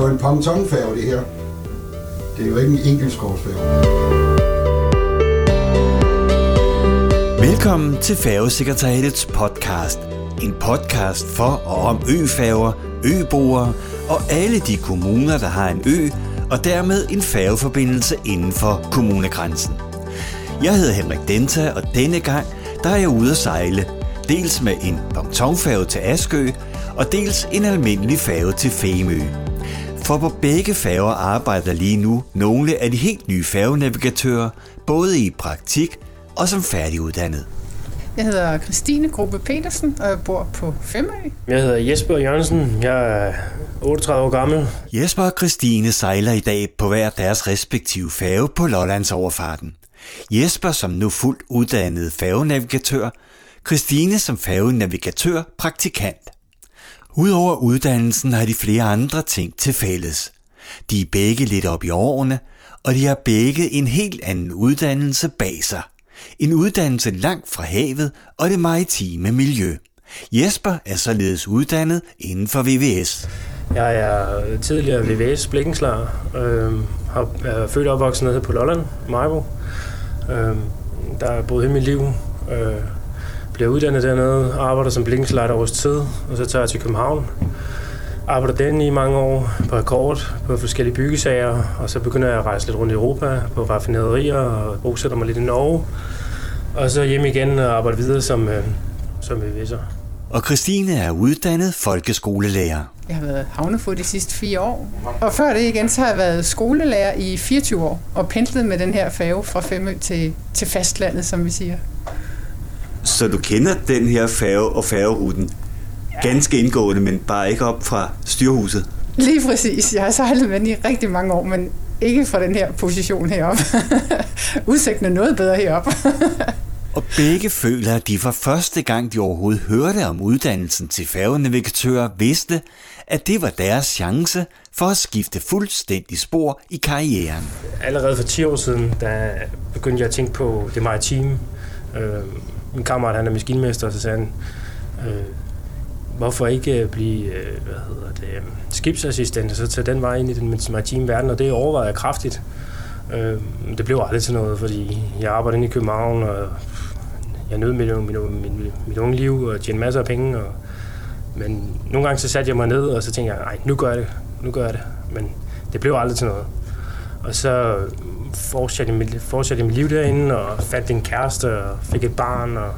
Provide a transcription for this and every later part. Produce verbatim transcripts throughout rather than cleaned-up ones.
jo en pontonfærge, det her. Det er jo ikke en enkeltskovsfærge. Velkommen til Færgesekretariatets podcast. En podcast for og om øfærger, øboere og alle de kommuner, der har en ø, og dermed en færgeforbindelse inden for kommunegrænsen. Jeg hedder Henrik Denta, og denne gang der er jeg ude at sejle. Dels med en pontonfærge til Askø, og dels en almindelig færge til Femø. For på begge færger arbejder lige nu nogle af de helt nye færgenavigatører, både i praktik og som færdiguddannet. Jeg hedder Christine Grubbe Petersen, og jeg bor på Femø. Jeg hedder Jesper Jørgensen. Jeg er otteogtredive år gammel. Jesper og Christine sejler i dag på hver deres respektive færge på Lollandsoverfarten. Jesper som nu fuldt uddannet færgenavigatør, Christine som færgenavigatør praktikant. Udover uddannelsen har de flere andre ting til fælles. De er begge lidt op i årene, og de har begge en helt anden uddannelse bag sig. En uddannelse langt fra havet og det maritime miljø. Jesper er således uddannet inden for V V S. Jeg er tidligere V V S blikkenslager. Øh, har er født og opvokset nede på Lolland, Maribo. Øh, der er boet hele mit liv. Øh, bliver uddannet dernede, arbejder som blikkenslager et års tid, og så tager jeg til København. Arbejder den i mange år på akkord, på forskellige byggesager, og så begynder jeg at rejse lidt rundt i Europa på raffinaderier og bosætter mig lidt i Norge. Og så hjem igen og arbejder videre som, øh, som V V S'er. Og Christine er uddannet folkeskolelærer. Jeg har været havnefod de sidste fire år. Og før det igen, så har jeg været skolelærer i fireogtyve år, og pendlet med den her færge fra Femø til, til fastlandet, som vi siger. Så du kender den her færge og færgeruten ganske indgående, men bare ikke op fra styrhuset? Lige præcis. Jeg har sejlet med den i rigtig mange år, men ikke fra den her position heroppe. Udsigten er noget bedre heroppe. Og begge føler, at de for første gang, de overhovedet hørte om uddannelsen til færgenavigatører, vidste, at det var deres chance for at skifte fuldstændig spor i karrieren. Allerede for ti år siden, der begyndte jeg at tænke på det maritime. Min kammerat, han er maskinmester, og så sagde han, øh, hvorfor ikke blive øh, hvad hedder det, skibsassistent, og så tage den vej ind i den maritime verden, og det overvejede jeg kraftigt. Øh, det blev aldrig til noget, fordi jeg arbejdede inde i København, og jeg nød mit, mit, mit, mit unge liv og tjente masser af penge. Og, men nogle gange så satte jeg mig ned, og så tænkte jeg, nej, nu gør jeg det, nu gør jeg det. Men det blev aldrig til noget. Og så fortsatte jeg mit, fortsatte jeg mit liv derinde, og fandt en kæreste, og fik et barn, og,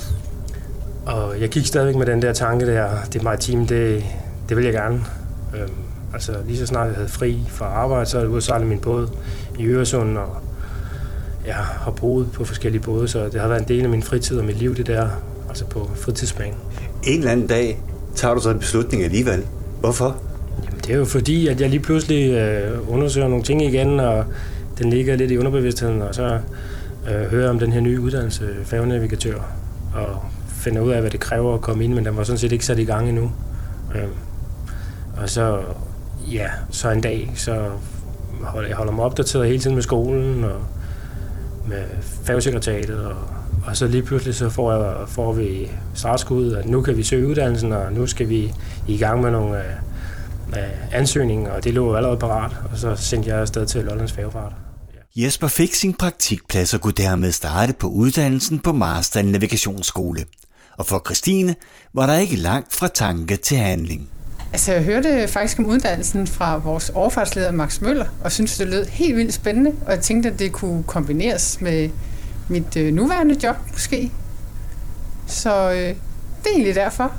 og jeg gik stadigvæk med den der tanke der, det maritime, det, det vil jeg gerne. Øhm, altså lige så snart jeg havde fri fra arbejde, så er jeg ude at sejle min båd i Øresund, og jeg har boet på forskellige både, så det har været en del af min fritid og mit liv, det der, altså på fritidsbanen. En eller anden dag tager du så en beslutning alligevel. Hvorfor? Jamen, det er jo fordi, at jeg lige pludselig øh, undersøger nogle ting igen, og den ligger lidt i underbevidstheden, og så øh, hører jeg om den her nye uddannelse, færgenavigatør, og finder ud af, hvad det kræver at komme ind, men den var sådan set ikke sat i gang endnu. Øh, og så, ja, så en dag, så holder jeg holder mig opdateret hele tiden med skolen, og med færgesekretariatet, og, og så lige pludselig så får, jeg, får vi startskud, at nu kan vi søge uddannelsen, og nu skal vi i gang med nogle øh, ansøgninger, og det lå allerede parat, og så sendte jeg afsted til Lollands Færgefart. Ja. Jesper fik sin praktikplads og kunne dermed starte på uddannelsen på Marstal Navigationsskole. Og for Christine var der ikke langt fra tanke til handling. Altså, jeg hørte faktisk om uddannelsen fra vores overfartsleder Max Møller, og syntes, det lød helt vildt spændende, og jeg tænkte, at det kunne kombineres med mit øh, nuværende job, måske. Så øh, det er egentlig derfor.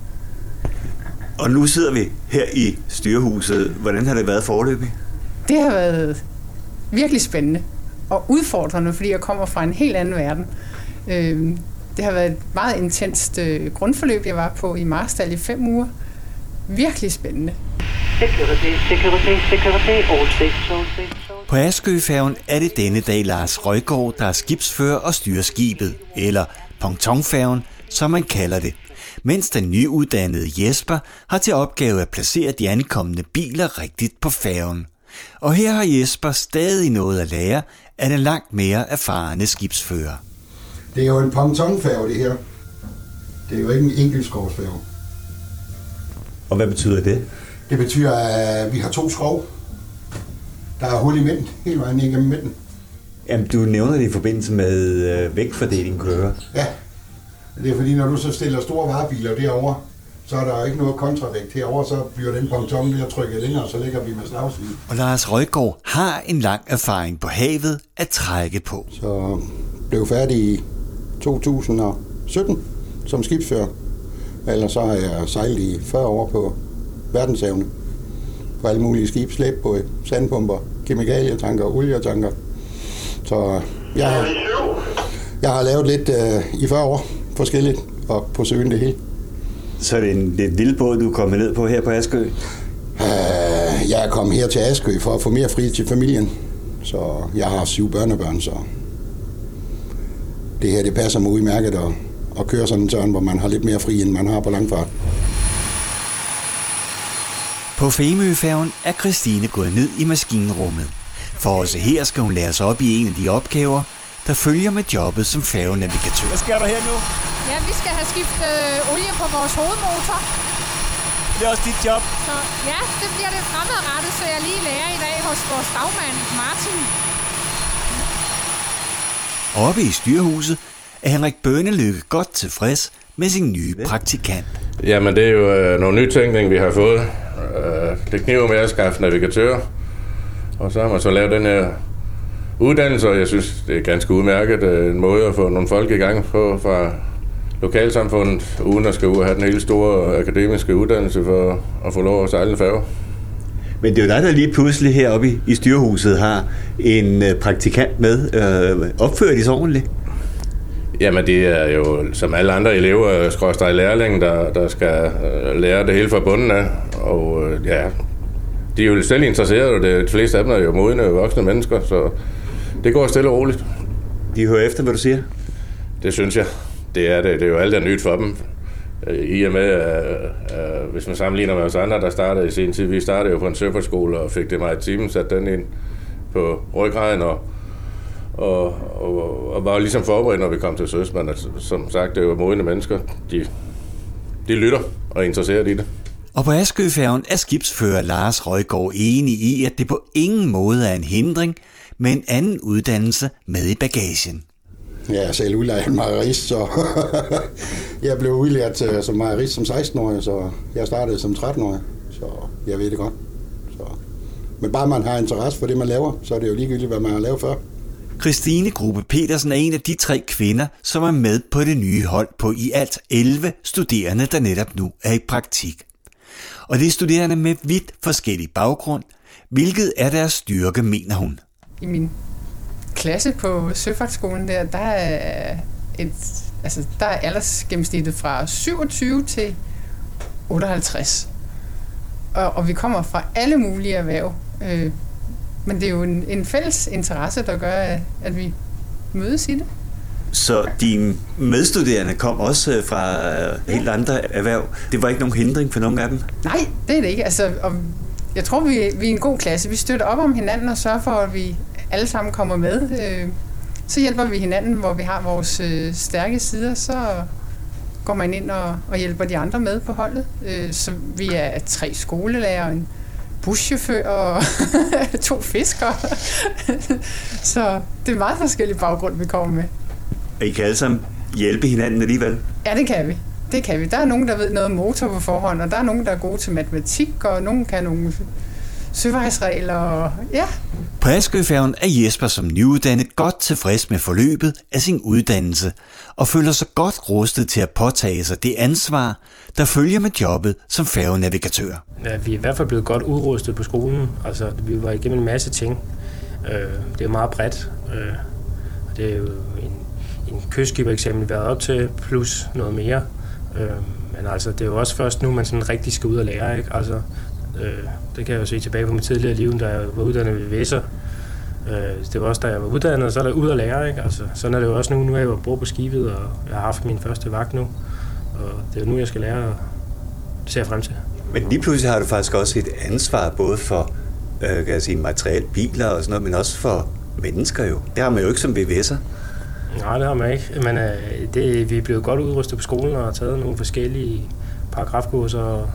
Og nu sidder vi her i styrehuset. Hvordan har det været foreløbig? Det har været virkelig spændende og udfordrende, fordi jeg kommer fra en helt anden verden. Øh, det har været et meget intenst øh, grundforløb, jeg var på i Marstal i fem uger. Virkelig spændende. På Askøfærgen er det denne dag Lars Røjgaard, der er skibsfører og styrer skibet, eller pontonfærgen, som man kalder det, mens den nyuddannede Jesper har til opgave at placere de ankommende biler rigtigt på færgen. Og her har Jesper stadig noget at lære af den langt mere erfarne skibsfører. Det er jo en pontonfærge, det her. Det er jo ikke en enkeltskovsfærge. Og hvad betyder det? Det betyder, at vi har to skrov. Der er hul i midten, hele vejen igennem midten. Jamen, du nævner det i forbindelse med øh, vægtfordeling kører. Ja, det er fordi, når du så stiller store varebiler derovre, så er der jo ikke noget kontravægt herovre, så bliver den ponton bliver trykket længere, så ligger vi med slagsvin. Og Lars Røgaard har en lang erfaring på havet at trække på. Så blev færdig i to tusind og sytten som skibsfører. Ellers så har jeg sejlet i fyrre år på verdenshavene. På alle mulige skib, slæbbåde, sandpumper, kemikalietanker, olietanker. Så jeg har, jeg har lavet lidt øh, i fyrre år forskelligt, og på søen det hele. Så er det en, det er en lille båd, du er kommet ned på her på Askø? Øh, jeg er kommet her til Askø for at få mere fri til familien. Så jeg har syv børnebørn, så det her det passer mig udmærket at, at køre sådan en tørn, hvor man har lidt mere fri, end man har på langfart. På Femøfærgen er Christine gået ned i maskinrummet. For også her skal hun lære sig op i en af de opgaver, der følger med jobbet som færgenavigatør. Hvad sker der her nu? Ja, vi skal have skiftet øh, olie på vores hovedmotor. Det er også dit job. Så ja, det bliver det fremadrettet, så jeg lige lærer i dag hos vores dagmand Martin. Oppe i styrehuset er Henrik Bønelykke godt tilfreds med sin nye praktikant. Jamen, det er jo øh, nogle nytænkning, vi har fået. Øh, det kniver med at skaffe navigatører. Og så har man så lavet den her uddannelse, og jeg synes, det er ganske udmærket en måde at få nogle folk i gang på fra lokalsamfundet, uden at skal ud og have den hele store akademiske uddannelse for at få lov at sejle en færge. Men det er jo dig, der lige pludselig heroppe i, i styrehuset har en øh, praktikant med. Øh, opfører de så ordentligt? Jamen, det er jo som alle andre elever, skråstreg lærling, der, der skal lære det hele fra bunden af. Og ja, de er jo selv interesserede, og de fleste af dem er jo modne voksne mennesker, så det går stille og roligt. De hører efter, hvad du siger? Det synes jeg. Det er det. Det er jo alt der nyt for dem. I og med, at, at hvis man sammenligner med os andre, der startede i sin tid, vi startede jo på en søfartsskole og fik det maritimen, satte den ind på ryggraden og, og, og, og var ligesom forberedt, når vi kom til søs. Men altså, som sagt, det er jo modne mennesker. De, de lytter og er interesseret i det. Og på Askøfærgen er skibsfører Lars Røgaard enig i, at det på ingen måde er en hindring, med en anden uddannelse med i bagagen. Jeg er selv udlært mejerist, så jeg blev udlært som mejerist som seksten-årig, så jeg startede som tretten-årig, så jeg ved det godt. Så. Men bare man har interesse for det, man laver, så er det jo ligegyldigt, hvad man har lavet før. Christine Grube Petersen er en af de tre kvinder, som er med på det nye hold på i alt elleve studerende, der netop nu er i praktik. Og det er studerende med vidt forskellig baggrund, hvilket er deres styrke, mener hun. I min klasse på Søfartsskolen der, der er, et, altså, der er aldersgennemsnittet fra syvogtyve til otteoghalvtreds. Og, og vi kommer fra alle mulige erhverv. Øh, men det er jo en, en fælles interesse, der gør, at, at vi mødes i det. Så dine medstuderende kom også fra helt andre erhverv. Det var ikke nogen hindring for nogen af dem? Nej, det er det ikke. Altså, og jeg tror, vi, vi er en god klasse. Vi støtter op om hinanden og sørger for, at vi alle sammen kommer med. Øh, så hjælper vi hinanden, hvor vi har vores øh, stærke sider, så går man ind og, og hjælper de andre med på holdet. Øh, så vi er tre skolelærer, en buschauffør og to fiskere. Så det er meget forskellige baggrund, vi kommer med. Og I kan alle sammen hjælpe hinanden alligevel? Ja, det kan vi. Det kan vi. Der er nogen, der ved noget om motor på forhånd, og der er nogen, der er gode til matematik, og nogen kan nogle søvejsregler, og ja. På Askøfærgen er Jesper som nyuddannet godt tilfreds med forløbet af sin uddannelse, og føler sig godt rustet til at påtage sig det ansvar, der følger med jobbet som færgenavigatør. Ja, vi er i hvert fald blevet godt udrustet på skolen. Altså, vi var igennem en masse ting. Det er meget bredt. Det er jo en, en kystskippereksamen, vi har været op til, plus noget mere. Men altså, det er jo også først nu, man sådan rigtig skal ud og lære, ikke? Altså, det kan jeg jo se tilbage på mit tidligere liv, da jeg var uddannet ved Væsser. Det var også, da jeg var uddannet, og så er der ud og lære, ikke? Altså, sådan er det jo også nu. Nu er jeg jo bor på skibet, og jeg har haft min første vagt nu. Og det er jo nu, jeg skal lære, og det ser jeg frem til. Men lige pludselig har du faktisk også et ansvar, både for øh, kan jeg sige, materielle biler og sådan noget, men også for mennesker jo. Det har man jo ikke som V V S'er. Nej, det har man ikke. Men øh, det, vi er blevet godt udrustet på skolen og har taget nogle forskellige paragrafkurser.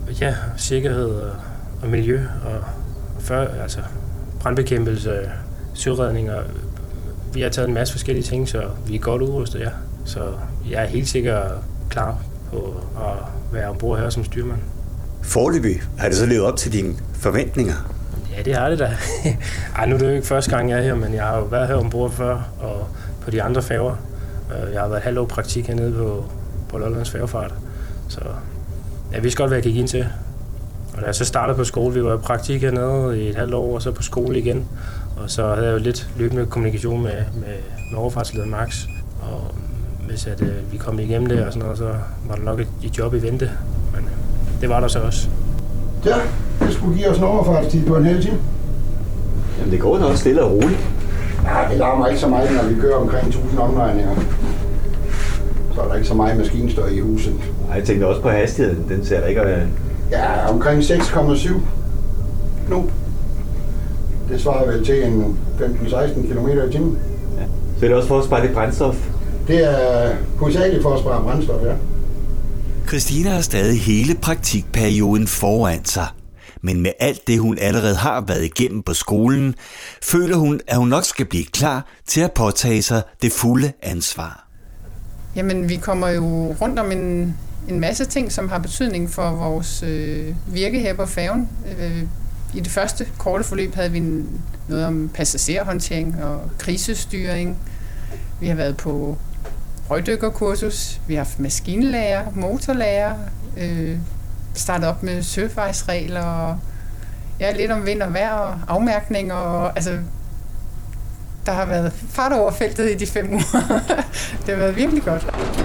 ja, sikkerhed og, og miljø og, og før, altså brandbekæmpelse, søredning og vi har taget en masse forskellige ting, så vi er godt udrustet, ja. Så jeg er helt sikkert klar på at være ombord her som styrmand. Foreløbig har det så levet op til dine forventninger? Ja, det har det da. Ej, nu er det jo ikke første gang, jeg er her, men jeg har jo været her ombord før, og på de andre færger. Jeg har været et halvt år praktik hernede på, på Lollands Færgefart. Så jeg vidste godt, hvad jeg gik ind til. Og da jeg så startede på skole, vi var i praktik hernede i et halvt år, og så på skole igen. Og så havde jeg jo lidt løbende kommunikation med, med, med overfartsleder Max. Og hvis at, øh, vi kom igennem det og sådan noget, så var der nok et, et job i vente. Men øh, det var der så også. Ja, det skulle give os en overfartstid på en halv time. Jamen det går da også stille og roligt. Ja, det larmer ikke så meget, når vi kører omkring tusind omdrejninger. Så er der ikke så meget maskinstøj i huset. Nej, jeg tænkte også på hastigheden. Den ser ikke at... Ja, omkring seks komma syv nu. Det svarer vel til en femten til seksten kilometer i timen. Ja. Så er det også for at spare lidt brændstof? Det er hovedsageligt for at spare brændstof, ja. Christina har stadig hele praktikperioden foran sig. Men med alt det, hun allerede har været igennem på skolen, føler hun, at hun nok skal blive klar til at påtage sig det fulde ansvar. Jamen, vi kommer jo rundt om en, en masse ting, som har betydning for vores øh, virke her på færgen. Øh, I det første korte forløb havde vi en, noget om passagerhåndtering og krisestyring. Vi har været på røgdykkerkursus, vi har haft maskinlærer, motorlærer, øh, startet op med søvejsregler og ja, lidt om vind og vejr og afmærkninger. Og, altså, der har været fart over feltet i de fem uger. Det har været virkelig godt.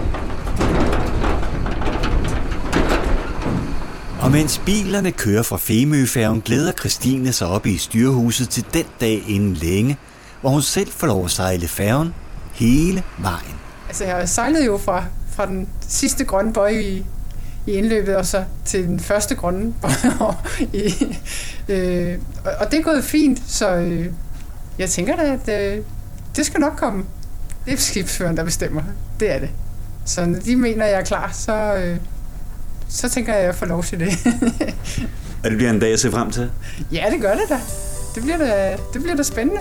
Og mens bilerne kører fra Femøfærgen, glæder Christine sig op i styrehuset til den dag inden længe, hvor hun selv får lov at sejle færgen hele vejen. Altså, jeg sejlede jo fra, fra den sidste grønne bøje i, i indløbet, og så til den første grønne bøje. i, øh, og det er gået fint, så øh, jeg tænker da, at øh, det skal nok komme. Det er skibsføreren, der bestemmer. Det er det. Så når de mener, at jeg er klar, så, øh, så tænker jeg, at jeg får lov til det. Og det bliver en dag at se frem til? Ja, det gør det da. Det bliver da, det bliver da spændende.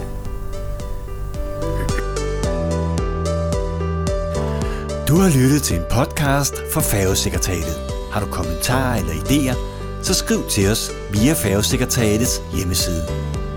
Du har lyttet til en podcast fra Færgesekretariatet. Har du kommentarer eller idéer, så skriv til os via Færgesekretariatets hjemmeside.